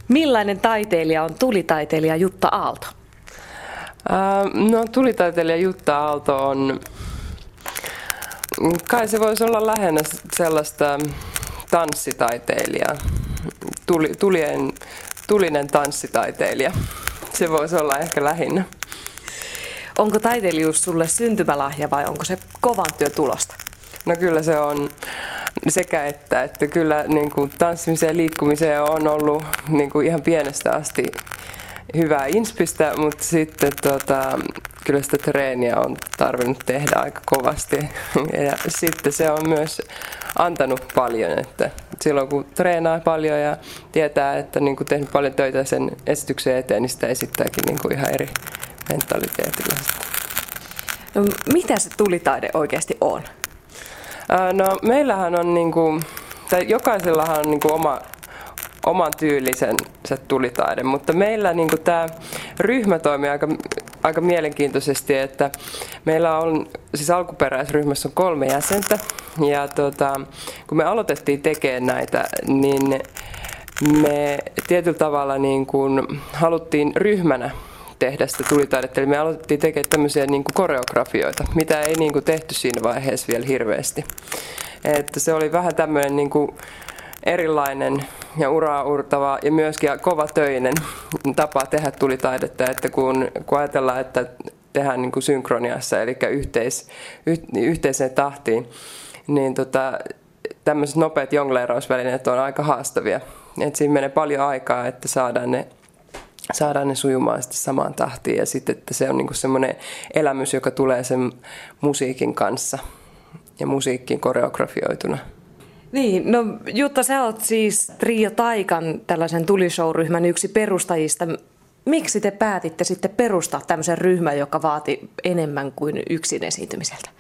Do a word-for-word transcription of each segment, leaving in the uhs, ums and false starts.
Millainen taiteilija on tulitaiteilija Jutta Aalto? Uh, no tulitaiteilija Jutta Aalto on, kai se voisi olla lähinnä sellaista tanssitaiteilijaa, Tuli, tulien, tulinen tanssitaiteilija. Se voisi olla ehkä lähinnä. Onko taiteilijuus sulle syntymälahja vai onko se kovan työn tulosta? No kyllä se on sekä että, että kyllä niin kuin tanssimiseen ja liikkumiseen on ollut niin kuin ihan pienestä asti hyvää inspistä, mutta sitten tota, kyllä sitä treeniä on tarvinnut tehdä aika kovasti. Ja sitten se on myös antanut paljon, että silloin kun treenaa paljon ja tietää, että niin kuin tehnyt paljon töitä sen esityksen eteen, niin sitä esittääkin niin kuin ihan eri mentaliteetillä. No, mitä se tulitaide oikeasti on? No meillähän on, niin kuin, tai jokaisellahan on niin kuin oma, oman tyylisen se tulitaide, mutta meillä niin kuin tämä ryhmä toimii aika, aika mielenkiintoisesti, että meillä on, siis alkuperäisryhmässä on kolme jäsentä, ja tota, kun me aloitettiin tekemään näitä, niin me tietyllä tavalla niin kuin haluttiin ryhmänä tehdä sitä tulitaidetta. Eli me aloitettiin tekemään tämmöisiä niin kuin koreografioita, mitä ei niin kuin tehty siinä vaiheessa vielä hirveästi. Että se oli vähän tämmöinen niin kuin erilainen ja uraa urtava ja myöskin kovatöinen tapa tehdä tulitaidetta, että kun, kun ajatellaan, että tehdään niin kuin synkroniassa, eli yhteis, yh, yhteiseen tahtiin, niin tota, tämmöiset nopeat jongleerausvälineet on aika haastavia. Et siinä menee paljon aikaa, että saadaan ne saadaan ne sujumaan sitten samaan tahtiin ja sitten, että se on niinku semmoinen elämys, joka tulee sen musiikin kanssa ja musiikkiin koreografioituna. Niin, no Jutta, sä oot siis Trio Taikan tällaisen tulishow-ryhmän yksi perustajista. Miksi te päätitte sitten perustaa tämmöisen ryhmän, joka vaati enemmän kuin yksin esiintymiseltä?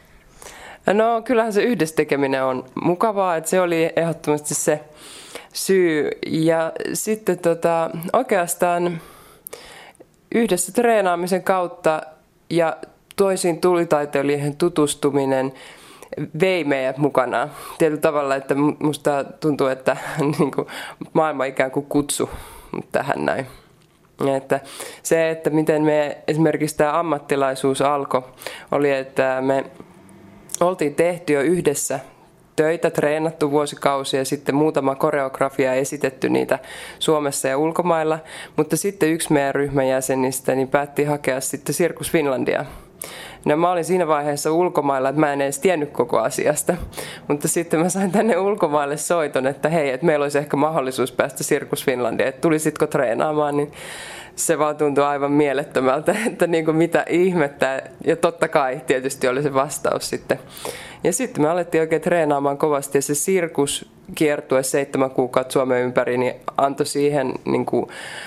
No kyllähän se yhdessä tekeminen on mukavaa, että se oli ehdottomasti se syy ja sitten tota, oikeastaan yhdessä treenaamisen kautta ja toisiin tulitaiteilijoihin tutustuminen vei meidät mukanaan. Tietyllä tavalla, että musta tuntuu, että niin kuin, maailma ikään kuin kutsu tähän näin. Ja että se, että miten me esimerkiksi tämä ammattilaisuus alkoi, oli, että me oltiin tehty jo yhdessä töitä, treenattu vuosikausia ja sitten muutama koreografia esitetty niitä Suomessa ja ulkomailla, mutta sitten yksi meidän ryhmän jäsenistä niin päätti hakea sitten Circus Finlandia. No, mä olin siinä vaiheessa ulkomailla, että mä en edes tiennyt koko asiasta, mutta sitten mä sain tänne ulkomaille soiton, että hei, että meillä olisi ehkä mahdollisuus päästä Circus Finlandia, että tulisitko treenaamaan, niin se vaan tuntui aivan mielettömältä, että niin kuin mitä ihmettä, ja totta kai tietysti oli se vastaus sitten. Ja sitten me alettiin oikein treenaamaan kovasti, ja se sirkuskiertue seitsemän kuukautta Suomen ympäri, niin antoi siihen niin kuin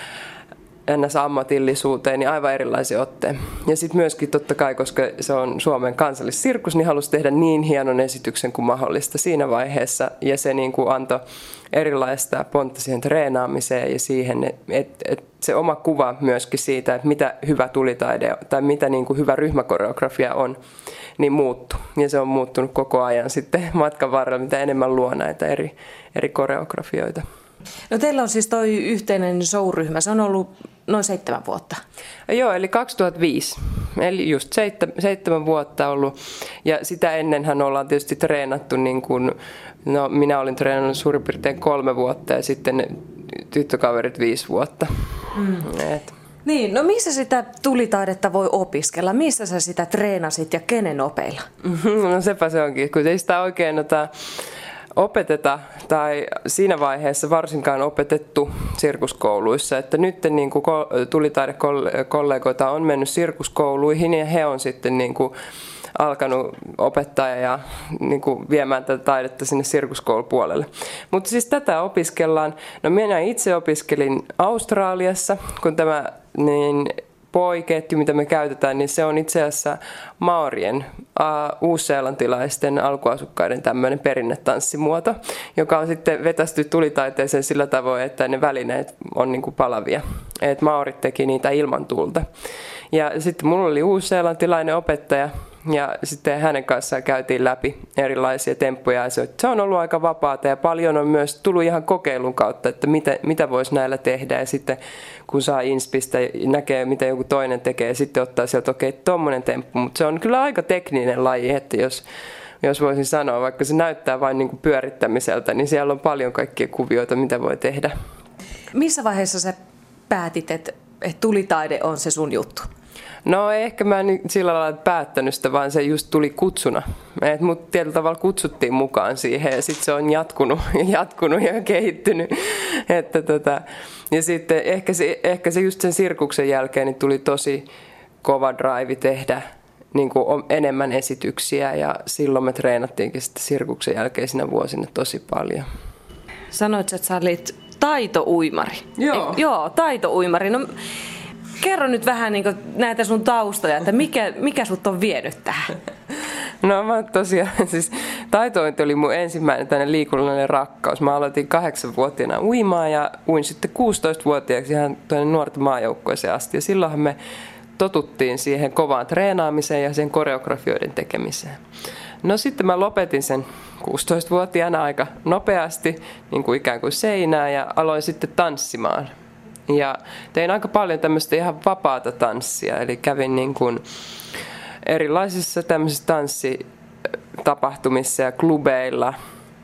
ennäs ammatillisuuteen niin aivan erilaisia otteen. Ja sitten myöskin totta kai, koska se on Suomen kansallissirkus, niin halusi tehdä niin hienon esityksen kuin mahdollista siinä vaiheessa. Ja se niin kuin antoi erilaista pontta siihen treenaamiseen ja siihen, että et se oma kuva myöskin siitä, että mitä hyvä tulitaide tai mitä niin kuin hyvä ryhmäkoreografia on, niin muuttui. Ja se on muuttunut koko ajan sitten matkan varrella, mitä enemmän luo näitä eri, eri koreografioita. No teillä on siis toi yhteinen showryhmä, se on ollut noin seitsemän vuotta. Joo, eli kaksituhattaviisi, eli just seitsemän, seitsemän vuotta ollut. Ja sitä ennenhän ollaan tietysti treenattu, niin kuin, no minä olin treenannut suurin piirtein kolme vuotta ja sitten tyttökaverit viisi vuotta. Mm. Et. Niin, no missä sitä tulitaidetta voi opiskella? Missä sä sitä treenasit ja kenen opeilla? No sepä se onkin, kun ei sitä oikein ota opeteta tai siinä vaiheessa varsinkaan opetettu sirkuskouluissa, että nyt niin kuin tulitaidekollegoita on mennyt sirkuskouluihin ja he on sitten niin kuin alkanut opettaa ja niin kuin viemään tätä taidetta sinne sirkuskoulupuolelle. Mutta siis tätä opiskellaan, no minä itse opiskelin Australiassa, kun tämä niin poiketju, mitä me käytetään, niin se on itse asiassa maorien, uusseelantilaisten alkuasukkaiden tämmöinen perinnetanssimuoto, joka on sitten vetästy tulitaiteeseen sillä tavoin, että ne välineet on niin kuin palavia. Et maorit teki niitä ilman tulta. Ja sitten mulla oli uusseelantilainen opettaja, Ja sitten hänen kanssaan käytiin läpi erilaisia temppuja ja se, se on ollut aika vapaata ja paljon on myös tullut ihan kokeilun kautta, että mitä, mitä voisi näillä tehdä ja sitten kun saa inspistä näkee mitä joku toinen tekee ja sitten ottaa sieltä okei okay, tommonen temppu, mutta se on kyllä aika tekninen laji, että jos, jos voisin sanoa, vaikka se näyttää vain niin kuin pyörittämiseltä, niin siellä on paljon kaikkia kuvioita, mitä voi tehdä. Missä vaiheessa sä päätit, että, että tulitaide on se sun juttu? No ehkä mä en sillä lailla päättänyt sitä, vaan se just tuli kutsuna. Et mut tietyllä tavalla kutsuttiin mukaan siihen ja sitten se on jatkunut, jatkunut ja kehittynyt. Että tota, ja sitten ehkä se, ehkä se just sen sirkuksen jälkeen niin tuli tosi kova drive tehdä niin kuin enemmän esityksiä ja silloin me treenattiinkin sitten sirkuksen jälkeisinä vuosina tosi paljon. Sanoit, että sä olit taitouimari. Joo. E, joo, taitouimari. No, kerro nyt vähän niin kuin näitä sun taustoja, että mikä, mikä sut on vienyt tähän? No mä tosiaan, siis taitointi oli mun ensimmäinen tämmöinen liikunnallinen rakkaus. Mä aloitin kahdeksanvuotiaana uimaan ja uin sitten kuusitoistavuotiaaksi ihan tuonne nuorten maajoukkueeseen asti. Ja silloinhan me totuttiin siihen kovaan treenaamiseen ja sen koreografioiden tekemiseen. No sitten mä lopetin sen kuusitoistavuotiaana aika nopeasti, niin kuin ikään kuin seinää ja aloin sitten tanssimaan. Ja tein aika paljon tämmöistä ihan vapaata tanssia, eli kävin niin kuin erilaisissa tämmöisissä tanssitapahtumissa ja klubeilla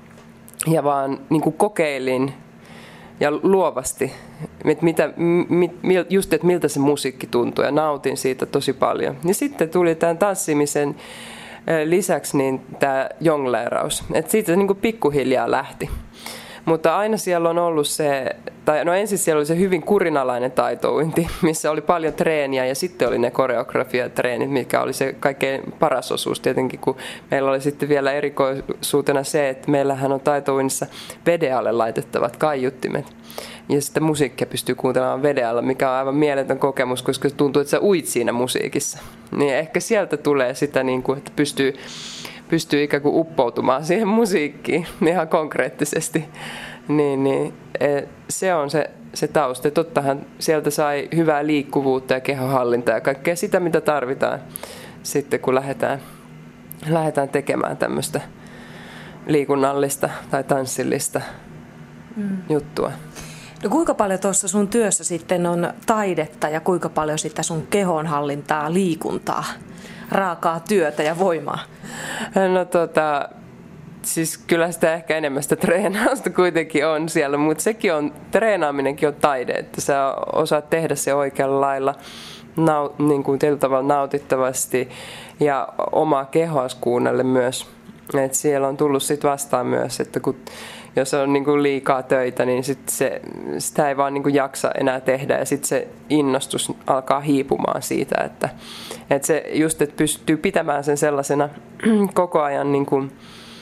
ja vaan niin kuin kokeilin ja luovasti, että mitä, mit, just että miltä se musiikki tuntuu ja nautin siitä tosi paljon. Ja sitten tuli tämän tanssimisen lisäksi niin tämä jongleeraus, että siitä se niin kuin pikkuhiljaa lähti. Mutta aina siellä on ollut se, tai no ensin siellä oli se hyvin kurinalainen taitouinti, missä oli paljon treeniä ja sitten oli ne koreografiatreenit, mikä oli se kaikkein paras osuus tietenkin, kun meillä oli sitten vielä erikoisuutena se, että meillähän on taitouinnissa veden alle laitettavat kaiuttimet. Ja sitten musiikkia pystyy kuuntelemaan veden alla, mikä on aivan mieletön kokemus, koska tuntuu, että sä uit siinä musiikissa. Niin ehkä sieltä tulee sitä, niin kuin, että pystyy... pystyy ikään kuin uppoutumaan siihen musiikkiin ihan konkreettisesti, niin, niin se on se, se tausta. Tottahan sieltä sai hyvää liikkuvuutta ja kehonhallintaa ja kaikkea sitä, mitä tarvitaan sitten, kun lähdetään, lähdetään tekemään tämmöistä liikunnallista tai tanssillista mm. juttua. No kuinka paljon tuossa sun työssä sitten on taidetta ja kuinka paljon sitä sun kehonhallintaa, liikuntaa, raakaa työtä ja voimaa? No tota, siis kyllä sitä ehkä enemmän sitä treenausta kuitenkin on siellä, mutta sekin on, treenaaminenkin on taide, että sä osaat tehdä se oikealla lailla, nau, niin kuin tietyllä tavalla nautittavasti ja omaa kehoas kuunnelle myös. Et siellä on tullut sit vastaan myös, että kun, jos on niin kuin liikaa töitä, niin sit se, sitä ei vaan niin kuin jaksa enää tehdä ja sitten se innostus alkaa hiipumaan siitä, että, että se just, että pystyy pitämään sen sellaisena koko ajan niin kuin,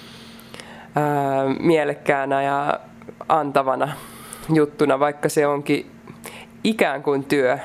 ää, mielekkäänä ja antavana juttuna, vaikka se onkin ikään kuin työ,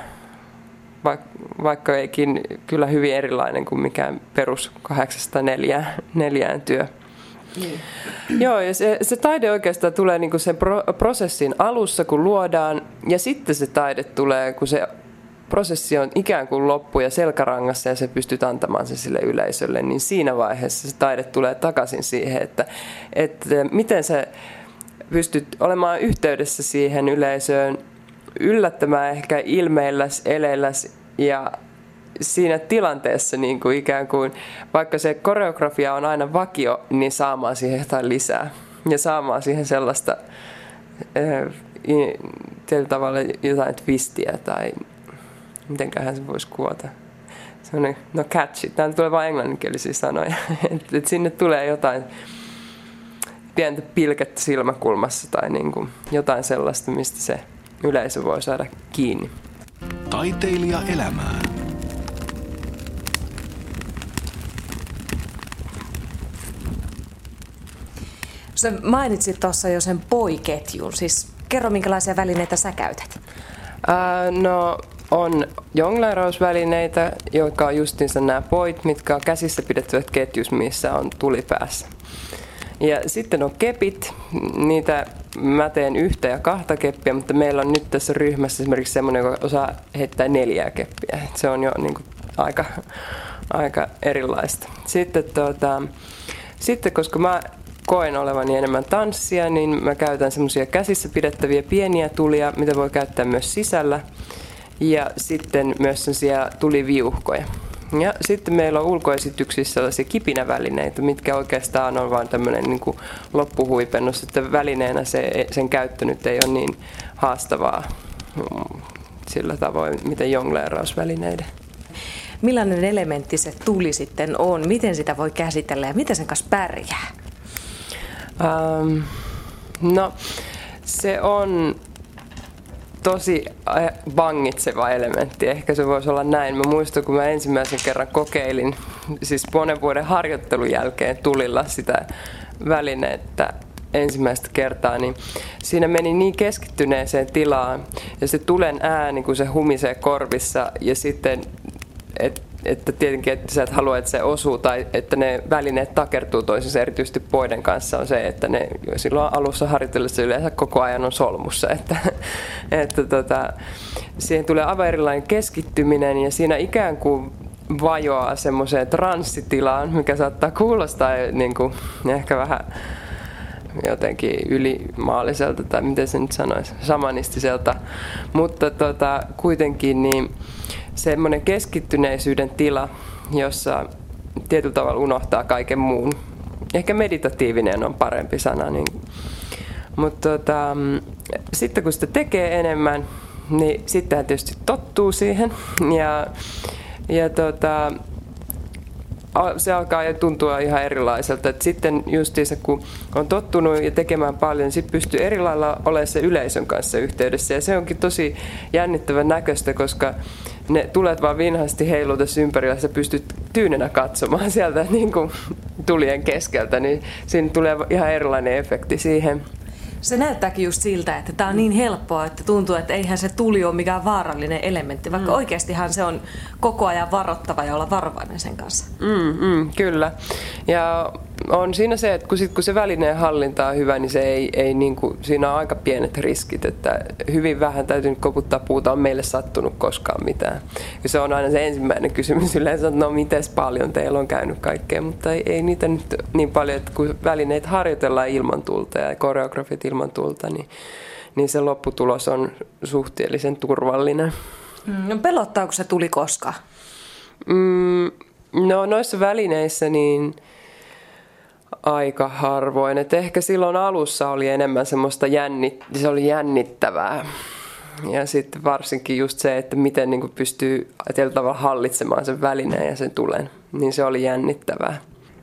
vaikka eikin kyllä hyvin erilainen kuin mikään perus kahdeksasta neljään, neljään työ. Niin. Joo, ja se, se taide oikeastaan tulee niinku sen pro, prosessin alussa, kun luodaan, ja sitten se taide tulee, kun se prosessi on ikään kuin loppu ja selkärangassa, ja se pystyt antamaan se sille yleisölle, niin siinä vaiheessa se taide tulee takaisin siihen, että, että miten sä pystyt olemaan yhteydessä siihen yleisöön, yllättämään ehkä ilmeilläs, eleilläs ja siinä tilanteessa niin kuin ikään kuin, vaikka se koreografia on aina vakio, niin saamaan siihen jotain lisää ja saamaan siihen sellaista äh, tietyllä tavalla jotain twistiä tai mitenköhän se voisi kuvata. Sellainen, no catchy, täällä tulee vain englanninkielisiä sanoja, että et sinne tulee jotain pientä pilkettä silmäkulmassa tai niin kuin jotain sellaista, mistä se yleisö voi saada kiinni. Taiteilija elämää. Sä mainitsit tuossa jo sen poi-ketjun. Siis kerro, minkälaisia välineitä sä käytät? Ää, no on jongleerausvälineitä, jotka on justiinsa nämä poit, mitkä on käsissä pidettävät ketjus, missä on tuli päässä. Ja sitten on kepit, niitä mä teen yhtä ja kahta keppiä, mutta meillä on nyt tässä ryhmässä esimerkiksi semmoinen, joka osaa heittää neljää keppiä. Se on jo niin kuin aika, aika erilaista. Sitten, tuota, sitten koska mä koen olevani enemmän tanssia, niin mä käytän semmoisia käsissä pidettäviä pieniä tulia, mitä voi käyttää myös sisällä. Ja sitten myös semmoisia tuliviuhkoja. Ja sitten meillä on ulkoesityksissä sellaisia kipinävälineitä, mitkä oikeastaan on vain tämmöinen niin kuin loppuhuipennus, että välineenä se, sen käyttö nyt ei ole niin haastavaa sillä tavoin, miten jongleerausvälineiden. Millainen elementti se tuli sitten on? Miten sitä voi käsitellä ja miten sen kanssa pärjää? Ähm, no, se on tosi vangitseva elementti. Ehkä se voisi olla näin. Mä muistan, kun mä ensimmäisen kerran kokeilin, siis monen vuoden harjoittelun jälkeen tulilla sitä välinettä ensimmäistä kertaa, niin siinä meni niin keskittyneeseen tilaan ja se tulen ääni, kun se humisee korvissa ja sitten, et, että tietenkin, että sä et halua, että se osuu tai että ne välineet takertuu toisensa, erityisesti poiden kanssa on se, että ne silloin alussa harjoitellessa yleensä koko ajan on solmussa, että, että tota, siihen tulee aivan erilainen keskittyminen ja siinä ikään kuin vajoaa semmoiseen transsitilaan, mikä saattaa kuulostaa niin kuin, ehkä vähän jotenkin ylimaalliselta tai miten se nyt sanoisi, samanistiselta, mutta tota, kuitenkin niin semmoinen keskittyneisyyden tila, jossa tietyllä tavalla unohtaa kaiken muun. Ehkä meditatiivinen on parempi sana. Niin. Mutta tota, sitten kun sitä tekee enemmän, niin sittenhän tietysti tottuu siihen. Ja, ja tota, se alkaa tuntua ihan erilaiselta. Et sitten justiinsa kun on tottunut ja tekemään paljon, niin sitten pystyy eri lailla olemaan se yleisön kanssa yhteydessä. Ja se onkin tosi jännittävän näköistä, koska ne tulet vaan vinhasti heiluu tässä ympärillä, sä pystyt tyynenä katsomaan sieltä niin kuin tulien keskeltä, niin siinä tulee ihan erilainen efekti siihen. Se näyttääkin just siltä, että tämä on niin helppoa, että tuntuu, että eihän se tuli ole mikään vaarallinen elementti, vaikka mm. oikeastihan se on koko ajan varoittava ja olla varovainen sen kanssa. Mm, mm, kyllä. Ja on siinä se, että kun, sit, kun se välineen hallinta on hyvä, niin se ei, ei niin kuin, siinä on aika pienet riskit, että hyvin vähän täytyy nyt koputtaa puuta, on meille sattunut koskaan mitään. Ja se on aina se ensimmäinen kysymys yleensä, että no mites paljon teillä on käynyt kaikkea, mutta ei, ei niitä nyt niin paljon, että kun välineet harjoitellaan ilman tulta ja koreografit ilman tulta, niin, niin se lopputulos on suhteellisen turvallinen. No pelottaako se tuli koskaan? Mm, no noissa välineissä niin aika harvoin. Et ehkä silloin alussa oli enemmän semmoista jännit, se oli jännittävää. Ja sitten varsinkin just se, että miten niin kuin pystyy tietyllä tavalla hallitsemaan sen välineen ja sen tulen, niin se oli jännittävää.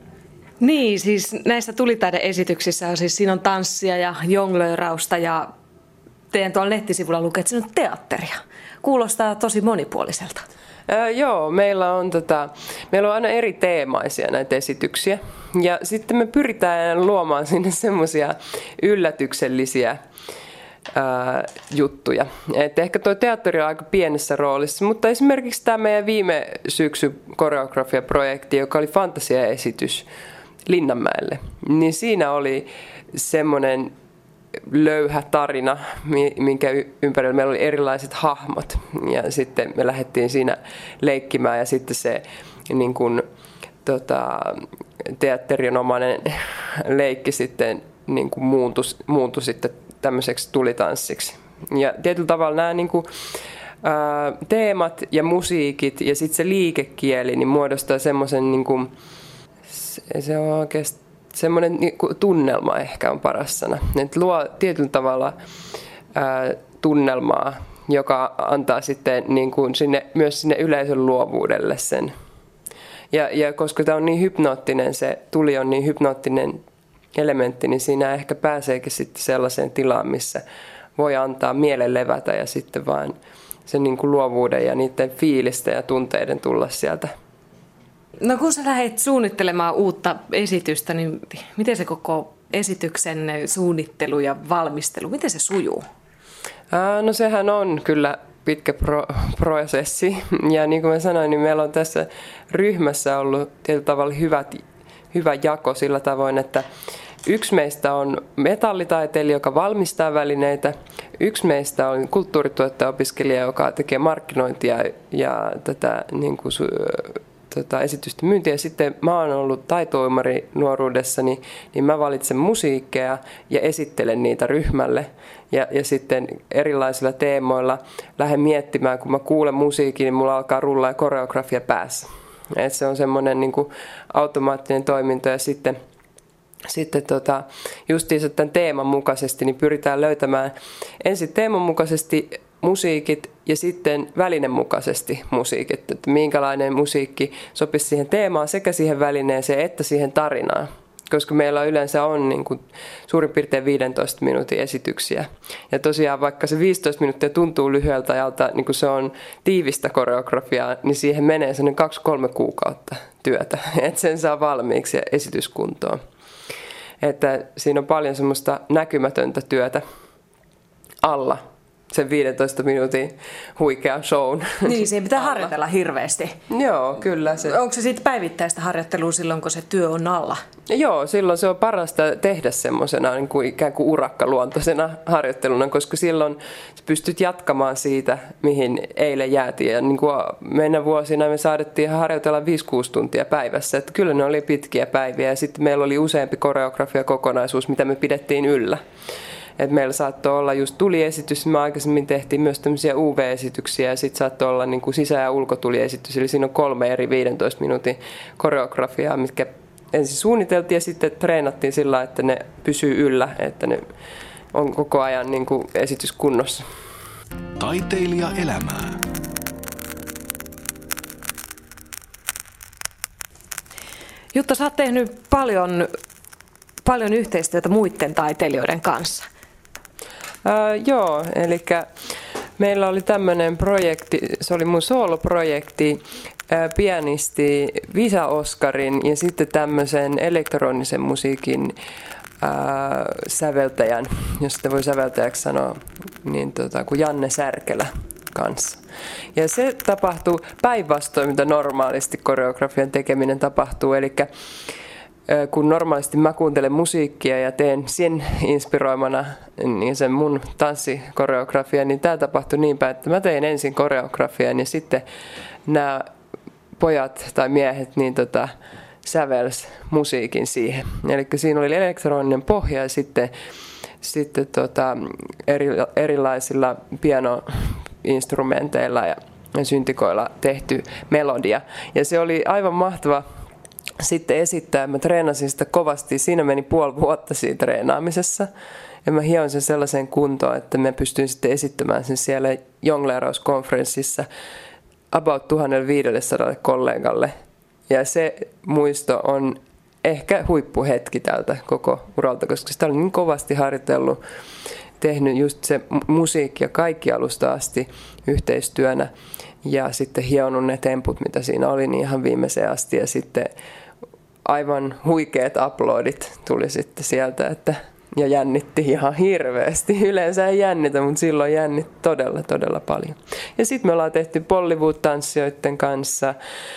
Niin, siis näissä tulitaideesityksissä on siis siinä on tanssia ja jonglöörausta ja teidän tuolla nettisivulla lukee, että siinä on teatteria. Kuulostaa tosi monipuoliselta. Ää, joo, meillä on, tota, meillä on aina eri teemaisia näitä esityksiä ja sitten me pyritään luomaan sinne semmoisia yllätyksellisiä ää, juttuja. Et ehkä tuo teatteri on aika pienessä roolissa, mutta esimerkiksi tämä meidän viime syksy koreografiaprojekti, joka oli fantasiaesitys Linnanmäelle, niin siinä oli semmoinen löyhä tarina, minkä ympärillä meillä oli erilaiset hahmot ja sitten me lähdettiin siinä leikkimään ja sitten se niin kuin, tota, teatterinomainen leikki sitten niin kuin muuntui, muuntui sitten tämmöiseksi tulitanssiksi. Ja tietyllä tavalla nämä niin kuin, ää, teemat ja musiikit ja sitten se liikekieli niin muodostaa semmoisen niin kuin, se, se on oikeastaan semmoinen tunnelma ehkä on paras sana. Että luo tietyllä tavalla ää, tunnelmaa, joka antaa sitten niin kuin sinne, myös sinne yleisön luovuudelle sen. Ja, ja koska tämä on niin hypnoottinen, se tuli on niin hypnoottinen elementti, niin siinä ehkä pääseekin sitten sellaiseen tilaan, missä voi antaa mielen levätä ja sitten vaan sen niin kuin luovuuden ja niiden fiilisten ja tunteiden tulla sieltä. No kun sä lähdet suunnittelemaan uutta esitystä, niin miten se koko esityksen suunnittelu ja valmistelu, miten se sujuu? Ää, no sehän on kyllä pitkä pro- prosessi ja niin kuin mä sanoin, niin meillä on tässä ryhmässä ollut tietyllä tavalla hyvät, hyvä jako sillä tavoin, että, Yksi meistä on metallitaiteilija, joka valmistaa välineitä. Yksi meistä on kulttuurituottaja-opiskelija, joka tekee markkinointia ja tätä niin kuin, tota, esitysten myyntiä. Sitten mä oon ollut taitooimari nuoruudessani, niin mä valitsen musiikkeja ja esittelen niitä ryhmälle. Ja, ja sitten erilaisilla teemoilla lähden miettimään, kun mä kuulen musiikin, niin mulla alkaa rullaa koreografia päässä. Et se on semmoinen niin kuin automaattinen toiminto ja sitten, sitten tota, justiinsa tämän teeman mukaisesti niin pyritään löytämään ensin teeman mukaisesti musiikit ja sitten välinen mukaisesti musiikit. Että minkälainen musiikki sopisi siihen teemaan sekä siihen välineeseen että siihen tarinaan. Koska meillä yleensä on niin kuin suurin piirtein viidentoista minuutin esityksiä. Ja tosiaan vaikka se viisitoista minuuttia tuntuu lyhyeltä ajalta, niin kuin se on tiivistä koreografiaa, niin siihen menee sellainen kaksi kolme kuukautta työtä, että sen saa valmiiksi ja esityskuntoon. Että siinä on paljon semmoista näkymätöntä työtä alla sen viidentoista minuutin huikean shown. Niin, siihen pitää harjoitella hirveästi. Joo, kyllä. Se. Onko se sitten päivittäistä harjoittelua silloin, kun se työ on alla? Joo, silloin se on parasta tehdä semmoisena niin kuin ikään kuin urakkaluontoisena harjoitteluna, koska silloin sä pystyt jatkamaan siitä, mihin eilen jäätiin. Ja niin kuin mennä vuosina me saadettiin harjoitella viisi kuusi tuntia päivässä. Että kyllä ne oli pitkiä päiviä ja sitten meillä oli useampi koreografiakokonaisuus, mitä me pidettiin yllä. Et meillä saattoi olla just tuliesitys, me aikaisemmin tehtiin myös tämmöisiä U V-esityksiä ja sitten saattoi olla niin kuin sisä- ja ulkotuliesitys. Eli siinä on kolme eri viidentoista minuutin koreografiaa, mitkä ensin suunniteltiin ja sitten treenattiin sillä, että ne pysyy yllä, että ne on koko ajan niin kuin esityskunnossa. Taiteilija elämää. Jutta, sä oot tehnyt paljon, paljon yhteistyötä muiden taiteilijoiden kanssa. Ää, joo, eli meillä oli tämmöinen projekti, se oli mun sooloprojekti, ää, pianisti Visa Oskarin ja sitten tämmöisen elektronisen musiikin ää, säveltäjän, jos sitä voi säveltäjäksi sanoa, niin tota, kuin Janne Särkelä kanssa. Ja se tapahtuu päinvastoin, mitä normaalisti koreografian tekeminen tapahtuu, eli kun normaalisti mä kuuntelen musiikkia ja teen sen inspiroimana niin sen mun tanssikoreografian, niin tämä tapahtui niin päin, että mä tein ensin koreografian ja sitten nämä pojat tai miehet niin tota, sävels musiikin siihen. Eli siinä oli elektroninen pohja ja sitten, sitten tota, eri, erilaisilla pianoinstrumenteilla ja syntikoilla tehty melodia. Ja se oli aivan mahtava sitten esittää. Mä treenasin sitä kovasti. Siinä meni puoli vuotta siinä treenaamisessa. Ja mä hioin sen sellaiseen kuntoon, että mä pystyin sitten esittämään sen siellä jongleerauskonferenssissa about tuhatviisisataa kollegalle. Ja se muisto on ehkä huippuhetki tältä koko uralta, koska sitä oli niin kovasti harjoitellut, tehnyt just se musiikki ja kaikki alusta asti yhteistyönä. Ja sitten hionut ne temput, mitä siinä oli, niin ihan viimeiseen asti. Ja sitten aivan huikeat uploadit tuli sitten sieltä, että, ja jännitti ihan hirveästi. Yleensä ei jännitä, mutta silloin jännitti todella, todella paljon. Ja sitten me ollaan tehty Bollywood-tanssijoiden kanssa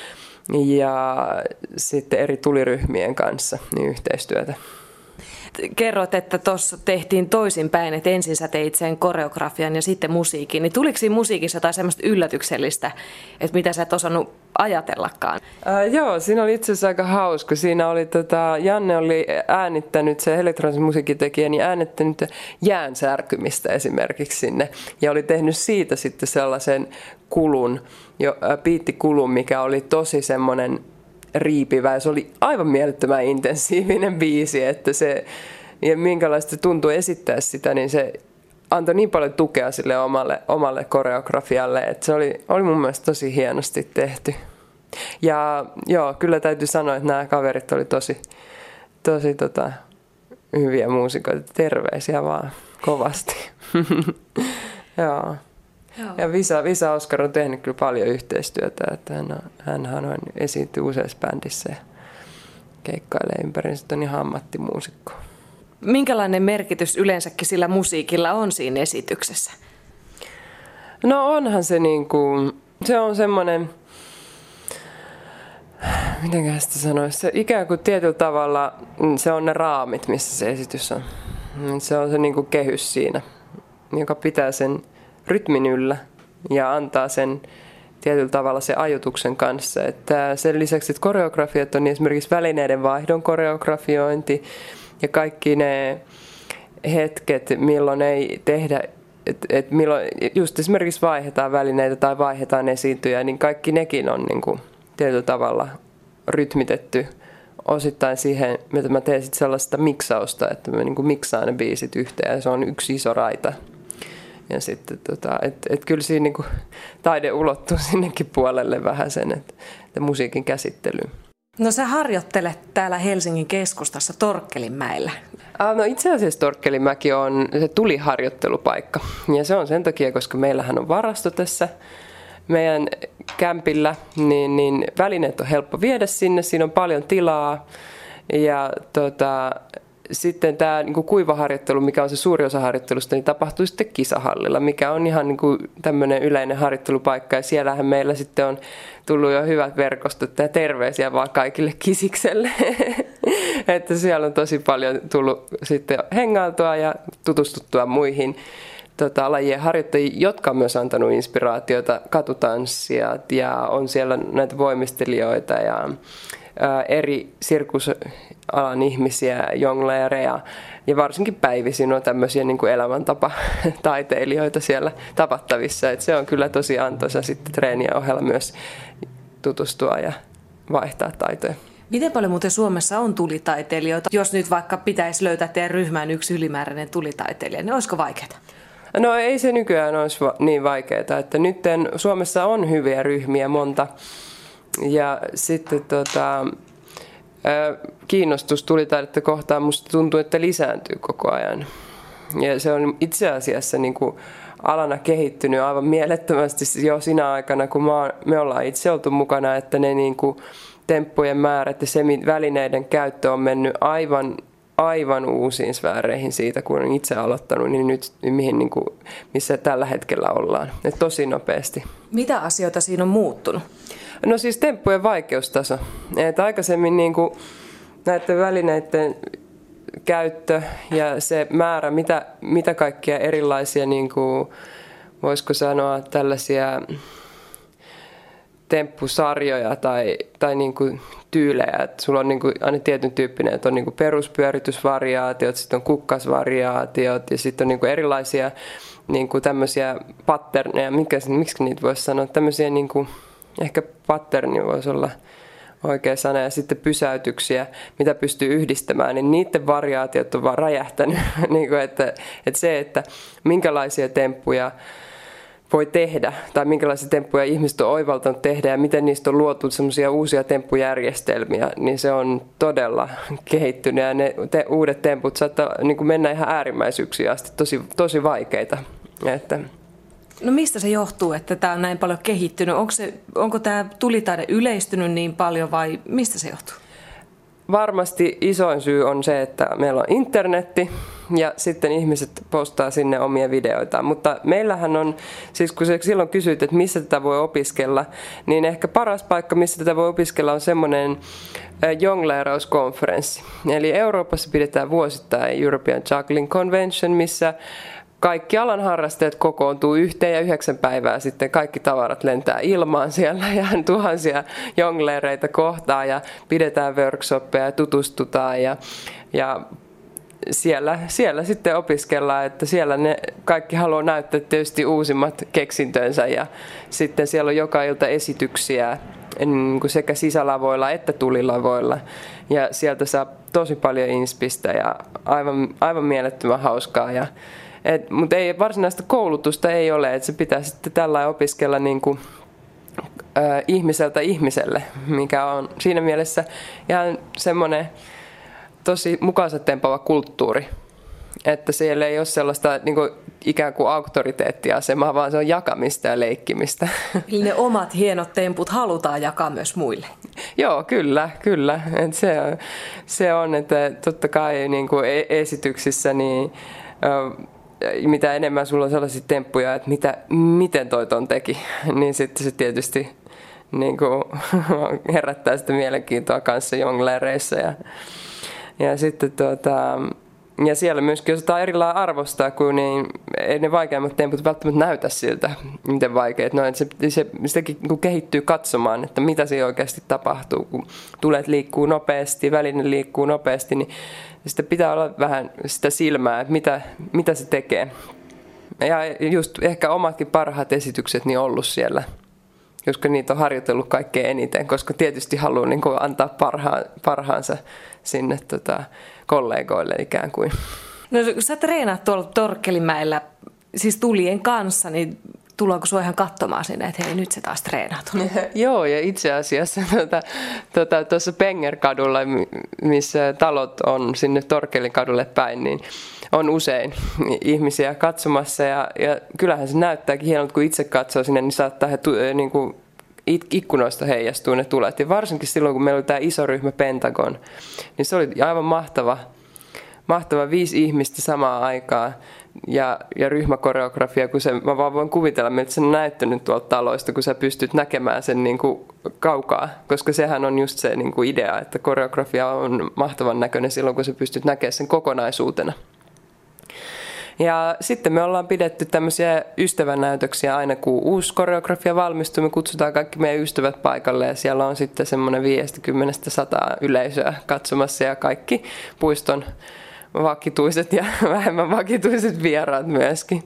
ja sitten eri tuliryhmien kanssa niin yhteistyötä. Kerrot, että tuossa tehtiin toisinpäin, että ensin sä teit sen koreografian ja sitten musiikin. Niin tuliko siinä musiikissa jotain semmoista yllätyksellistä, että mitä sä et osannut ajatellakaan? Äh, joo, siinä oli itse asiassa aika hauska. Siinä oli, tota, Janne oli äänittänyt, se elektronisen musiikintekijä, niin äänittänyt jään särkymistä esimerkiksi sinne. Ja oli tehnyt siitä sitten sellaisen kulun, jo, äh, biittikulun, mikä oli tosi semmoinen riipivä. Se oli aivan mielettömän intensiivinen biisi, että se, ja minkälaista tuntui esittää sitä, niin se antoi niin paljon tukea sille omalle, omalle koreografialle, että se oli, oli mun mielestä tosi hienosti tehty. Ja joo, kyllä täytyy sanoa, että nämä kaverit oli tosi, tosi tota, hyviä muusikoita. Terveisiä vaan kovasti. Joo. Joo. Ja Visa, Visa Oskar on tehnyt kyllä paljon yhteistyötä, että hän, hän, hän on esiintynyt useassa bändissä ja keikkailee ympäri, sitten on ihan ammattimuusikko. Minkälainen merkitys yleensäkin sillä musiikilla on siinä esityksessä? No onhan se niin kuin, se on semmoinen, mitenköhän sitä sanoisi, se ikään kuin tietyllä tavalla se on ne raamit, missä se esitys on. Se on se niin kuin kehys siinä, joka pitää sen rytmin yllä ja antaa sen tietyllä tavalla se ajoituksen kanssa. Että sen lisäksi, että koreografiat on niin esimerkiksi välineiden vaihdon koreografiointi ja kaikki ne hetket, milloin ei tehdä, että et milloin just esimerkiksi vaihdetaan välineitä tai vaihdetaan esiintyjä, niin kaikki nekin on niin kuin tietyllä tavalla rytmitetty osittain siihen, mitä mä teen sit sellaista miksausta, että mä niin kuin miksaan ne biisit yhteen ja se on yksi iso raita. Ja sitten, tota, että et kyllä siinä niin kuin taide ulottuu sinnekin puolelle vähän sen, että, että musiikin käsittelyyn. No sä harjoittelet täällä Helsingin keskustassa Torkkelinmäellä. No itse asiassa Torkkelinmäki on se tuliharjoittelupaikka. Ja se on sen takia, koska meillähän on varasto tässä meidän kämpillä, niin, niin välineet on helppo viedä sinne, siinä on paljon tilaa. Ja tota, sitten tämä niin kuin kuivaharjoittelu, mikä on se suuri osa harjoittelusta, niin tapahtuu sitten kisahallilla, mikä on ihan niin kuin tämmöinen yleinen harjoittelupaikka. Ja siellähän meillä sitten on tullut jo hyvät verkostot ja terveisiä vaan kaikille kisikselle. Että siellä on tosi paljon tullut sitten hengailtua ja tutustuttua muihin tota, lajien harjoittajia, jotka on myös antanut inspiraatiota, katutanssijat ja on siellä näitä voimistelijoita ja ää, eri sirkusalan ihmisiä, jongleereja ja varsinkin päivisin on tämmöisiä niin kuin elämäntapataiteilijoita siellä tapattavissa. Et se on kyllä tosi antoisa sitten treenien ohella myös tutustua ja vaihtaa taitoja. Miten paljon muuten Suomessa on tulitaiteilijoita? Jos nyt vaikka pitäisi löytää teidän ryhmään yksi ylimääräinen tulitaiteilija, niin olisiko vaikeaa? No ei se nykyään olisi niin vaikeaa, että nyt Suomessa on hyviä ryhmiä monta ja sitten tota, kiinnostus tulitaidetta kohtaan musta tuntuu, että lisääntyy koko ajan. Ja se on itse asiassa niin kuin alana kehittynyt aivan mielettömästi jo siinä aikana, kun me ollaan itse oltu mukana, että ne niin kuin temppujen määrät ja se välineiden käyttö on mennyt aivan, aivan uusiin sfääreihin siitä, kun olen itse aloittanut, niin nyt mihin, niin kuin, missä tällä hetkellä ollaan. Et tosi nopeasti. Mitä asioita siinä on muuttunut? No siis temppujen vaikeustaso. Et aikaisemmin niin kuin näiden välineiden käyttö ja se määrä, mitä, mitä kaikkia erilaisia, niin kuin, voisiko sanoa tällaisia temppusarjoja tai, tai niin kuin tyylejä. Et sulla on niin kuin aina tietyn tyyppinen, että on niin kuin peruspyöritysvariaatiot, sitten on kukkasvariaatiot ja sitten on niin kuin erilaisia niin kuin tämmöisiä patterneja, mikä, miksi niitä voisi sanoa, tämmöisiä niin kuin, ehkä patterni voisi olla oikea sana, ja sitten pysäytyksiä, mitä pystyy yhdistämään, niin niiden variaatiot on vaan räjähtänyt. niin kuin, että, että se, että minkälaisia temppuja voi tehdä, tai minkälaisia temppuja ihmiset on oivaltanut tehdä, ja miten niistä on luotu semmoisia uusia temppujärjestelmiä, niin se on todella kehittynyt, ja ne te, uudet temput saattaa niin kuin mennä ihan äärimmäisyyksiin asti, tosi, tosi vaikeita. Että No mistä se johtuu, että tämä on näin paljon kehittynyt? Onko, se, onko tämä tulitaide yleistynyt niin paljon vai mistä se johtuu? Varmasti isoin syy on se, että meillä on internetti ja sitten ihmiset postaa sinne omia videoitaan. Mutta meillähän on, siis kun silloin kysyit, että missä tätä voi opiskella, niin ehkä paras paikka, missä tätä voi opiskella on semmoinen jongleerauskonferenssi. Eli Euroopassa pidetään vuosittain European Juggling Convention, missä kaikki alan harrastajat kokoontuu yhteen ja yhdeksän päivää sitten kaikki tavarat lentää ilmaan siellä ja tuhansia jongleereita kohtaa ja pidetään workshoppeja ja tutustutaan ja, ja siellä, siellä sitten opiskellaan, että siellä ne kaikki haluaa näyttää tietysti uusimmat keksintönsä ja sitten siellä on joka ilta esityksiä niin kuin sekä sisälavoilla että tulilavoilla ja sieltä saa tosi paljon inspistä ja aivan, aivan mielettömän hauskaa ja Et, mutta ei, varsinaista koulutusta ei ole, että se pitää sitten tällä opiskella niin kuin, ä, ihmiseltä ihmiselle, mikä on siinä mielessä ihan semmoinen tosi mukaansa tempaava kulttuuri. Että siellä ei ole sellaista niin kuin, ikään kuin auktoriteettiasemaa, vaan se on jakamista ja leikkimistä. Eli ne omat hienot temput halutaan jakaa myös muille. Joo, kyllä, kyllä. Et se, on, se on, että totta kai niin kuin esityksissä niin mitä enemmän sulla on sellaisia temppuja, että mitä, miten toi ton teki, niin sitten se tietysti niin kuin, herättää sitä mielenkiintoa kanssa jonglereissa. Ja, ja sitten tuota... Ja siellä myöskin osataan erilailla arvostaa, kun niin, ei ne vaikeimmat temput välttämättä näytä siltä, miten vaikeat. No, se, se, sitäkin kun kehittyy katsomaan, että mitä siinä oikeasti tapahtuu, kun tulet liikkuu nopeasti, väline liikkuu nopeasti, niin sitä pitää olla vähän sitä silmää, että mitä, mitä se tekee. Ja just ehkä omatkin parhaat esitykset niin ollut siellä, koska niitä on harjoitellut kaikkein eniten, koska tietysti haluaa niin kuin antaa parhaan, parhaansa sinne tota, kollegoille ikään kuin. No kun sä treenaat tuolla Torkkelimäellä, siis tulien kanssa, niin tullaanko sua ihan katsomaan sinne, että hei nyt se taas treenaat? Joo, ja itse asiassa tuota, tuota, tuossa Pengerkadulla, missä talot on sinne Torkkelikadulle päin, niin on usein ihmisiä katsomassa ja, ja kyllähän se näyttääkin hienolta, kun itse katsoo sinne, niin saattaa he tu, niin kuin ikkunoista heijastuu ne tulet. Ja varsinkin silloin, kun meillä oli tämä iso ryhmä Pentagon, niin se oli aivan mahtava, mahtava viisi ihmistä samaan aikaan ja, ja ryhmäkoreografia, kun se, mä vaan voin kuvitella, miltä se on näyttänyt tuolta taloista, kun sä pystyt näkemään sen niin kuin kaukaa, koska sehän on just se niin kuin idea, että koreografia on mahtavan näköinen silloin, kun sä pystyt näkemään sen kokonaisuutena. Ja sitten me ollaan pidetty tämmöisiä ystävänäytöksiä aina, kun uusi koreografia valmistuu. Me kutsutaan kaikki meidän ystävät paikalle ja siellä on sitten semmoinen viisikymmentä sataa yleisöä katsomassa ja kaikki puiston vakituiset ja vähemmän vakituiset vieraat myöskin.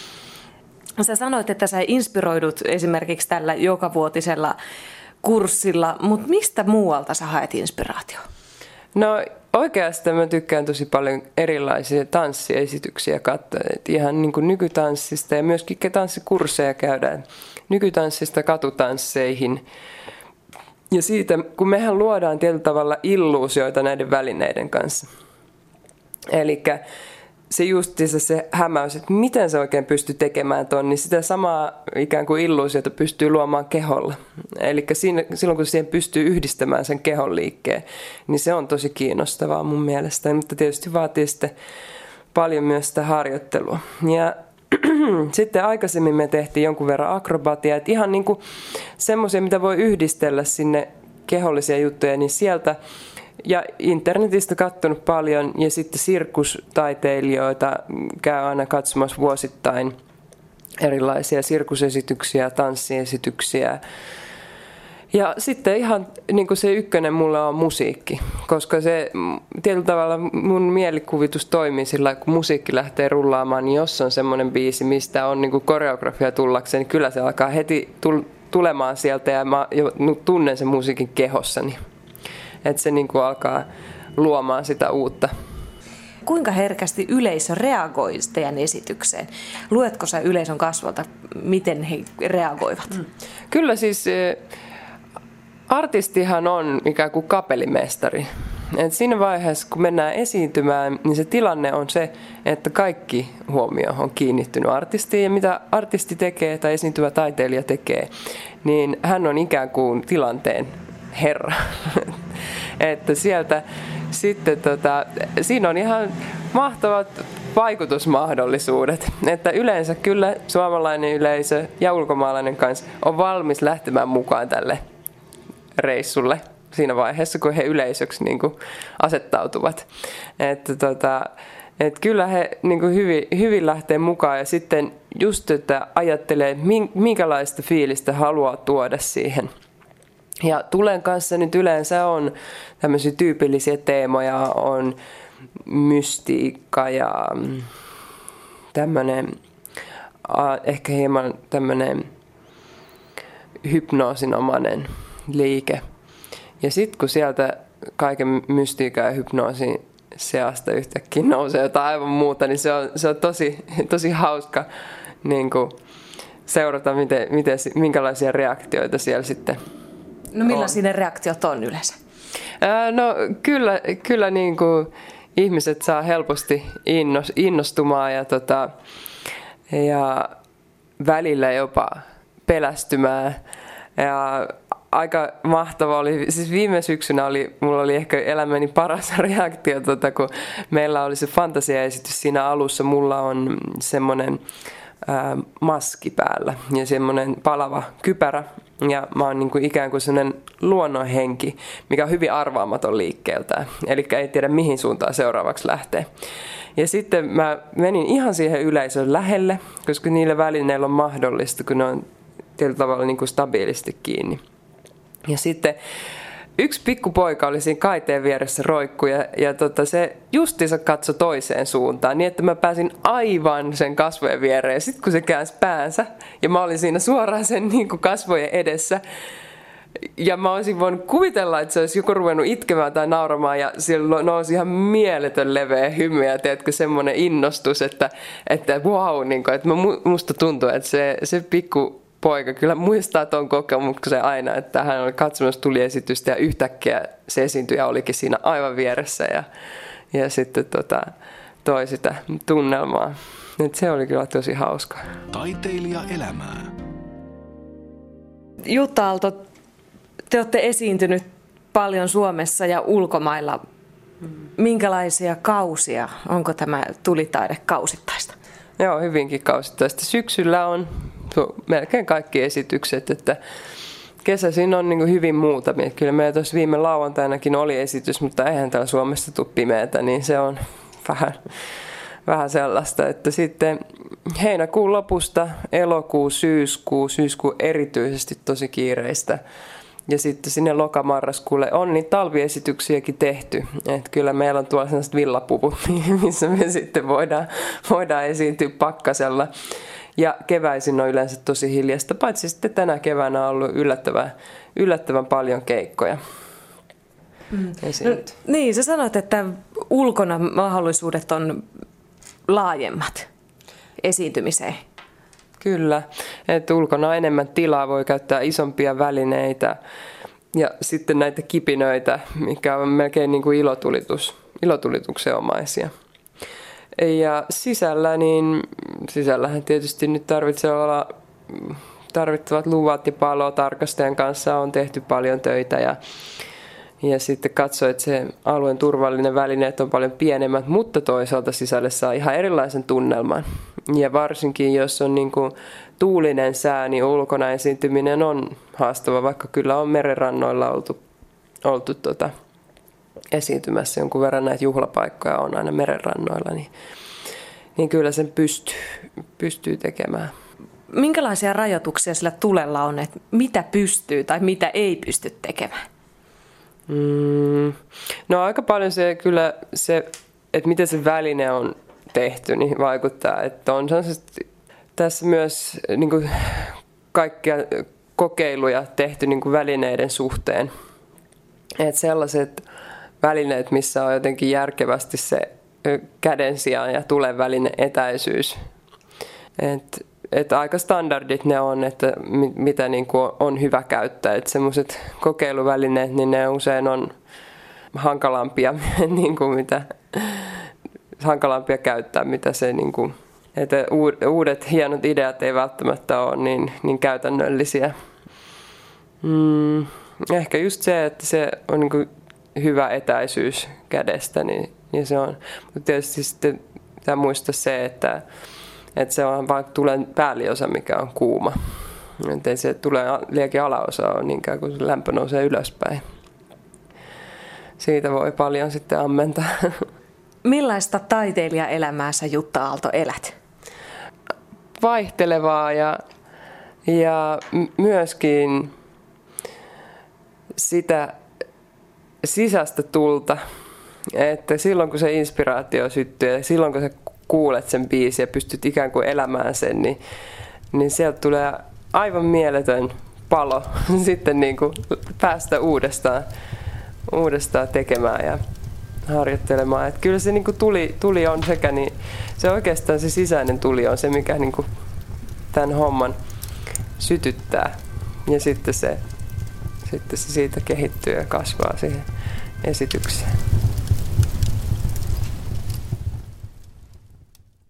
Sä sanoit, että sä inspiroidut esimerkiksi tällä jokavuotisella kurssilla, mutta mistä muualta sä haet inspiraatioa? No oikeastaan mä tykkään tosi paljon erilaisia tanssiesityksiä katsoa, että ihan niin kuin nykytanssista ja myöskin tanssikursseja käydään nykytanssista katutansseihin. Ja siitä, kun mehän luodaan tietyllä tavalla illuusioita näiden välineiden kanssa. Elikkä se justiinsa se hämäys, että miten se oikein pystyy tekemään ton, niin sitä samaa ikään kuin illuusiota pystyy luomaan keholla. Eli silloin kun siihen pystyy yhdistämään sen kehon liikkeen, niin se on tosi kiinnostavaa mun mielestä. Mutta tietysti vaatii sitten paljon myös sitä harjoittelua. Ja sitten aikaisemmin me tehtiin jonkun verran akrobatiaa, että ihan niin kuin semmoisia, mitä voi yhdistellä sinne kehollisia juttuja, niin sieltä ja internetistä katsonut paljon ja sitten sirkustaiteilijoita käy aina katsomassa vuosittain erilaisia sirkusesityksiä, tanssiesityksiä. Ja sitten ihan niin kuin se ykkönen mulla on musiikki, koska se tietyllä tavalla mun mielikuvitus toimii sillä, kun musiikki lähtee rullaamaan, niin jos on semmoinen biisi, mistä on niin kuin koreografia tullakseen, niin kyllä se alkaa heti tulemaan sieltä ja mä tunnen sen musiikin kehossani. Että se niin kuin alkaa luomaan sitä uutta. Kuinka herkästi yleisö reagoi teidän esitykseen? Luetko sä yleisön kasvolta, miten he reagoivat? Mm. Kyllä siis artistihan on ikään kuin kapellimestari. Et siinä vaiheessa, kun mennään esiintymään, niin se tilanne on se, että kaikki huomio on kiinnittynyt artistiin. Ja mitä artisti tekee tai esiintyvä taiteilija tekee, niin hän on ikään kuin tilanteen herra. Että sieltä sitten tota, siinä on ihan mahtavat vaikutusmahdollisuudet. Että yleensä kyllä suomalainen yleisö ja ulkomaalainen kanssa on valmis lähtemään mukaan tälle reissulle siinä vaiheessa, kun he yleisöksi niin kuin asettautuvat. Että tota, et kyllä he niin kuin hyvin, hyvin lähtee mukaan ja sitten just, että ajattelee, minkälaista fiilistä haluaa tuoda siihen. Ja tulen kanssa nyt yleensä on tämmöisiä tyypillisiä teemoja, on mystiikka ja tämmöinen, ehkä hieman tämmöinen hypnoosinomainen liike. Ja sitten kun sieltä kaiken mystiikan ja hypnoosin seasta yhtäkkiä nousee jotain aivan muuta, niin se on, se on tosi, tosi hauska niin kuin seurata, miten, miten, minkälaisia reaktioita siellä sitten No millaisia ne reaktiot on yleensä? Ää, no kyllä, kyllä niin kuin ihmiset saa helposti innostumaan ja, tota, ja välillä jopa pelästymään. Ja aika mahtava oli, siis viime syksynä oli, mulla oli ehkä elämäni paras reaktio, tota, kun meillä oli se fantasiaesitys siinä alussa. Mulla on semmoinen ää, maski päällä ja semmoinen palava kypärä. Ja mä oon niin kuin ikään kuin sellainen luonnonhenki, mikä on hyvin arvaamaton liikkeeltään. Eli ei tiedä mihin suuntaan seuraavaksi lähtee. Ja sitten mä menin ihan siihen yleisön lähelle, koska niillä välineillä on mahdollista, kun ne on tietyllä tavalla niin kuin stabiilisti kiinni. Ja sitten yksi pikkupoika oli siinä kaiteen vieressä roikku ja, ja tota, se justiinsa katsoi toiseen suuntaan niin, että mä pääsin aivan sen kasvojen viereen. Ja sitten kun se käänsi päänsä ja mä olin siinä suoraan sen niin kuin kasvojen edessä ja mä olisin voinut kuvitella, että se olisi joko ruvennut itkemään tai nauramaan ja siellä nousi ihan mieletön leveä hymy ja teetkö semmoinen innostus, että, että wow, niin kuin, että musta tuntuu, että se, se pikku poika kyllä muistaa tuon kokemuksen aina, että hän oli katsomassa tuliesitystä ja yhtäkkiä se esiintyjä olikin siinä aivan vieressä ja, ja sitten tota, toi sitä tunnelmaa. Et se oli kyllä tosi hauska. Taiteilija elämää. Jutta Aalto, te olette esiintynyt paljon Suomessa ja ulkomailla. Minkälaisia kausia? Onko tämä tulitaide kausittaista? Joo, hyvinkin kausittaista. Syksyllä on melkein kaikki esitykset, että kesäisin on niin kuin hyvin muutamia. Kyllä meillä tuossa viime lauantainakin oli esitys, mutta eihän täällä Suomessa tule pimeätä, niin se on vähän, vähän sellaista. Että sitten heinäkuun lopusta elokuu, syyskuu, syyskuu erityisesti tosi kiireistä. Ja sitten sinne lokamarraskuulle on niitä talviesityksiäkin tehty. Että kyllä meillä on tuolla sellaiset villapuvut, missä me sitten voidaan, voidaan esiintyä pakkasella. Ja keväisin on yleensä tosi hiljasta, paitsi sitten tänä keväänä on ollut yllättävän, yllättävän paljon keikkoja. Mm. No, niin, sä sanoit, että ulkona mahdollisuudet on laajemmat esiintymiseen. Kyllä, että ulkona on enemmän tilaa, voi käyttää isompia välineitä ja sitten näitä kipinöitä, mikä on melkein niin kuin ilotulitus, ilotulituksen omaisia. Ja sisällä, niin sisällähän tietysti nyt tarvitsee olla tarvittavat luvat ja palotarkastajan kanssa on tehty paljon töitä ja, ja sitten katsoo, että se alueen turvallinen välineet on paljon pienemmät, mutta toisaalta sisälle saa ihan erilaisen tunnelman. Ja varsinkin jos on niin kuin tuulinen sää, niin ulkona esiintyminen on haastava, vaikka kyllä on merenrannoilla oltu, oltu tota, esiintymässä jonkun verran näitä juhlapaikkoja on aina merenrannoilla, niin, niin kyllä sen pystyy, pystyy tekemään. Minkälaisia rajoituksia sillä tulella on, että mitä pystyy tai mitä ei pysty tekemään? Mm, no aika paljon se kyllä se, että miten se väline on tehty, niin vaikuttaa, että on tässä myös niin kuin kaikkia kokeiluja tehty niin kuin välineiden suhteen. Että sellaiset välineet, missä on jotenkin järkevästi se käden sijaan ja tulen välinen etäisyys. Että et aika standardit ne on, että mitä niin kuin on hyvä käyttää. Että semmoiset kokeiluvälineet, niin ne usein on hankalampia, niin kuin mitä, hankalampia käyttää, mitä se niin kuin, että uudet hienot ideat ei välttämättä ole niin, niin käytännöllisiä. Mm, ehkä just se, että se on niin kuin hyvä etäisyys kädestä, niin, niin se on. Mutta tietysti sitten pitää muistaa se, että, että se on vaikka tulen päälliosa, mikä on kuuma. Että ei se tulee liekin alaosa on niinkään, kun se lämpö nousee ylöspäin. Siitä voi paljon sitten ammentaa. Millaista taiteilijaelämää sä, Jutta Aalto, elät? Vaihtelevaa ja, ja myöskin sitä sisäistä tulta, että silloin kun se inspiraatio syttyy ja silloin kun sä kuulet sen biisin ja pystyt ikään kuin elämään sen, niin, niin sieltä tulee aivan mieletön palo sitten niin kuin päästä uudestaan, uudestaan tekemään ja harjoittelemaan. Että kyllä se niin kuin tuli, tuli on sekä, niin se oikeastaan se sisäinen tuli on se, mikä niin kuin tämän homman sytyttää ja sitten se Sitten se siitä kehittyy ja kasvaa siihen esitykseen.